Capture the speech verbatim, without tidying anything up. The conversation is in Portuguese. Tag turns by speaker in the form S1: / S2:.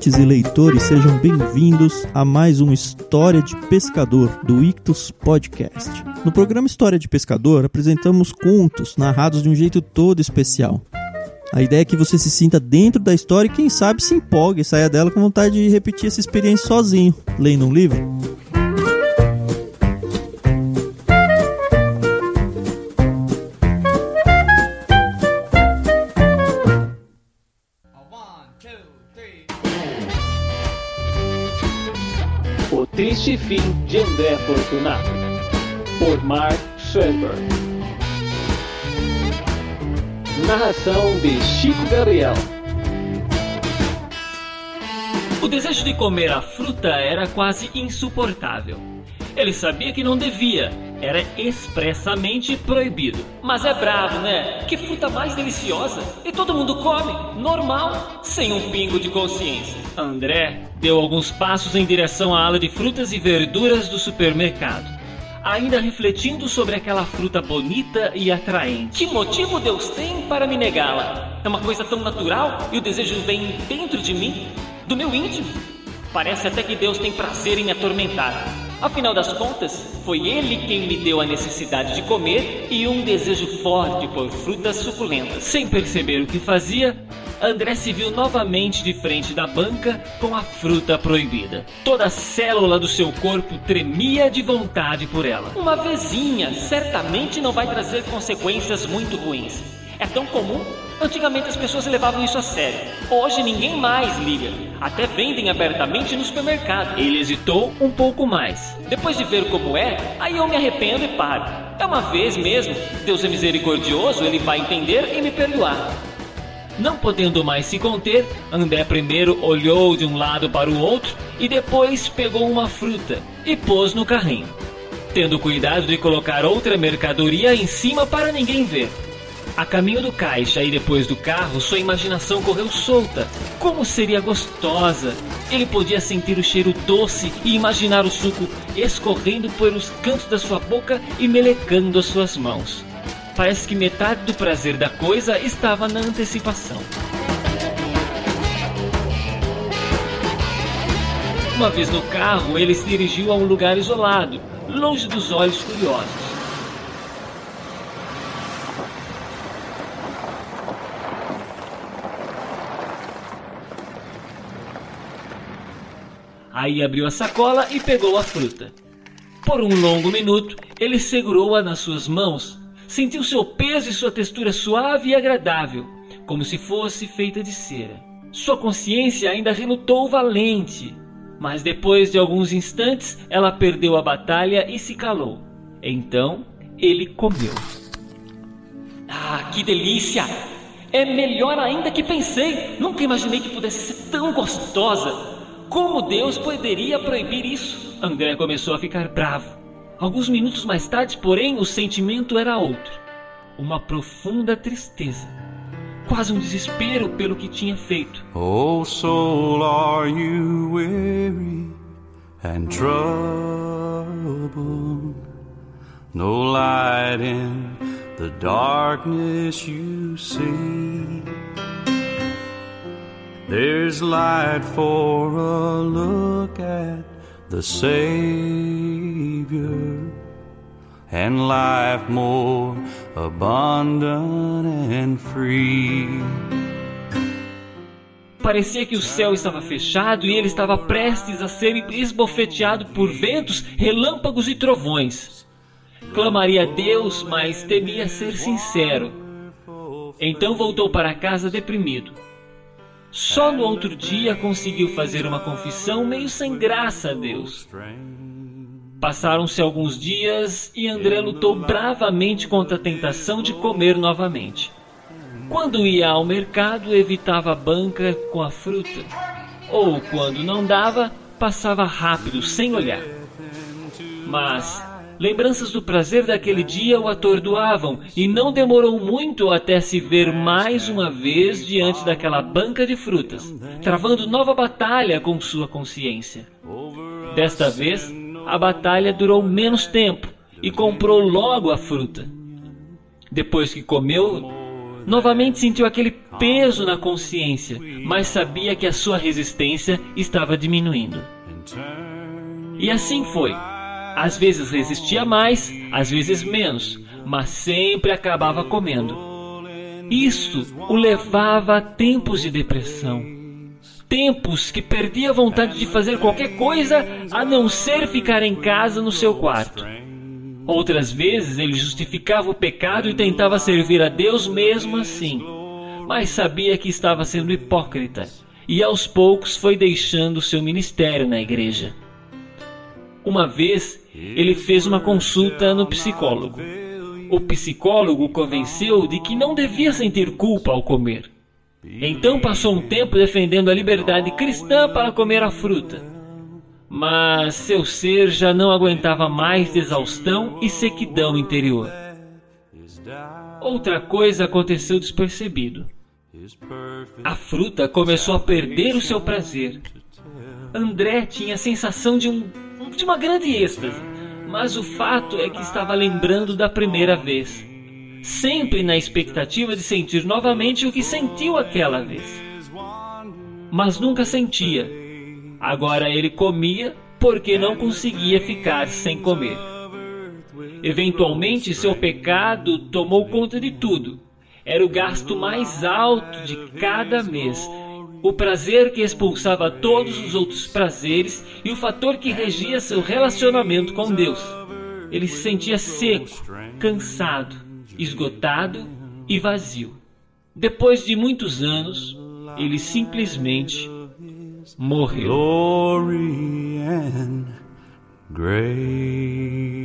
S1: ouvintes e leitores, sejam bem-vindos a mais um História de Pescador, do Ictus Podcast. No programa História de Pescador, apresentamos contos narrados de um jeito todo especial. A ideia é que você se sinta dentro da história e, quem sabe, se empolgue e saia dela com vontade de repetir essa experiência sozinho, lendo um livro.
S2: O Triste Fim de André Fortunato, por Mark Swedberg. Narração de Chico Gabriel. O desejo de comer a fruta era quase insuportável. Ele sabia que não devia, era expressamente proibido. Mas é bravo, né? Que fruta mais deliciosa! E todo mundo come, normal, sem um pingo de consciência. André deu alguns passos em direção à ala de frutas e verduras do supermercado, ainda refletindo sobre aquela fruta bonita e atraente. Que motivo Deus tem para me negá-la? É uma coisa tão natural e o desejo vem dentro de mim, do meu íntimo. Parece até que Deus tem prazer em me atormentar. Afinal das contas, foi Ele quem me deu a necessidade de comer e um desejo forte por frutas suculentas. Sem perceber o que fazia, André se viu novamente de frente da banca com a fruta proibida. Toda célula do seu corpo tremia de vontade por ela. Uma vezinha certamente não vai trazer consequências muito ruins. É tão comum. Antigamente as pessoas levavam isso a sério. Hoje ninguém mais liga. Até vendem abertamente no supermercado. Ele hesitou um pouco mais. Depois de ver como é, aí eu me arrependo e paro. É uma vez mesmo. Deus é misericordioso, Ele vai entender e me perdoar. Não podendo mais se conter, André primeiro olhou de um lado para o outro e depois pegou uma fruta e pôs no carrinho, tendo cuidado de colocar outra mercadoria em cima para ninguém ver. A caminho do caixa e depois do carro, sua imaginação correu solta. Como seria gostosa! Ele podia sentir o cheiro doce e imaginar o suco escorrendo pelos cantos da sua boca e melecando as suas mãos. Parece que metade do prazer da coisa estava na antecipação. Uma vez no carro, ele se dirigiu a um lugar isolado, longe dos olhos curiosos. Aí abriu a sacola e pegou a fruta. Por um longo minuto, ele segurou-a nas suas mãos. Sentiu seu peso e sua textura suave e agradável, como se fosse feita de cera. Sua consciência ainda relutou valente, mas depois de alguns instantes, ela perdeu a batalha e se calou. Então, ele comeu. Ah, que delícia! É melhor ainda que pensei. Nunca imaginei que pudesse ser tão gostosa. Como Deus poderia proibir isso? André começou a ficar bravo. Alguns minutos mais tarde, porém, o sentimento era outro. Uma profunda tristeza. Quase um desespero pelo que tinha feito.
S3: Oh soul, are you weary and troubled? No light in the darkness you see. There's light for a look at the Savior, and life more abundant and free.
S2: Parecia que o céu estava fechado e ele estava prestes a ser esbofeteado por ventos, relâmpagos e trovões. Clamaria a Deus, mas temia ser sincero. Então voltou para casa deprimido. Só no outro dia conseguiu fazer uma confissão meio sem graça a Deus. Passaram-se alguns dias e André lutou bravamente contra a tentação de comer novamente. Quando ia ao mercado, evitava a banca com a fruta. Ou, quando não dava, passava rápido, sem olhar. Mas lembranças do prazer daquele dia o atordoavam e não demorou muito até se ver mais uma vez diante daquela banca de frutas, travando nova batalha com sua consciência. Desta vez, a batalha durou menos tempo e comprou logo a fruta. Depois que comeu, Novamente sentiu aquele peso na consciência, mas sabia que a sua resistência estava diminuindo. E assim foi. Às vezes resistia mais, às vezes menos, mas sempre acabava comendo. Isso o levava a tempos de depressão. Tempos que perdia a vontade de fazer qualquer coisa a não ser ficar em casa no seu quarto. Outras vezes ele justificava o pecado e tentava servir a Deus mesmo assim, mas sabia que estava sendo hipócrita e aos poucos foi deixando seu ministério na igreja. Uma vez ele fez uma consulta no psicólogo. O psicólogo o convenceu de que não devia sentir culpa ao comer. Então passou um tempo defendendo a liberdade cristã para comer a fruta. Mas seu ser já não aguentava mais de exaustão e sequidão interior. Outra coisa aconteceu despercebido. A fruta começou a perder o seu prazer. André tinha a sensação de, um, de uma grande êxtase, mas o fato é que estava lembrando da primeira vez, sempre na expectativa de sentir novamente o que sentiu aquela vez. Mas nunca sentia. Agora ele comia porque não conseguia ficar sem comer. Eventualmente seu pecado tomou conta de tudo. Era o gasto mais alto de cada mês, o prazer que expulsava todos os outros prazeres e o fator que regia seu relacionamento com Deus. Ele se sentia seco, cansado, esgotado e vazio. Depois de muitos anos, ele simplesmente morreu.
S3: Glory and grace.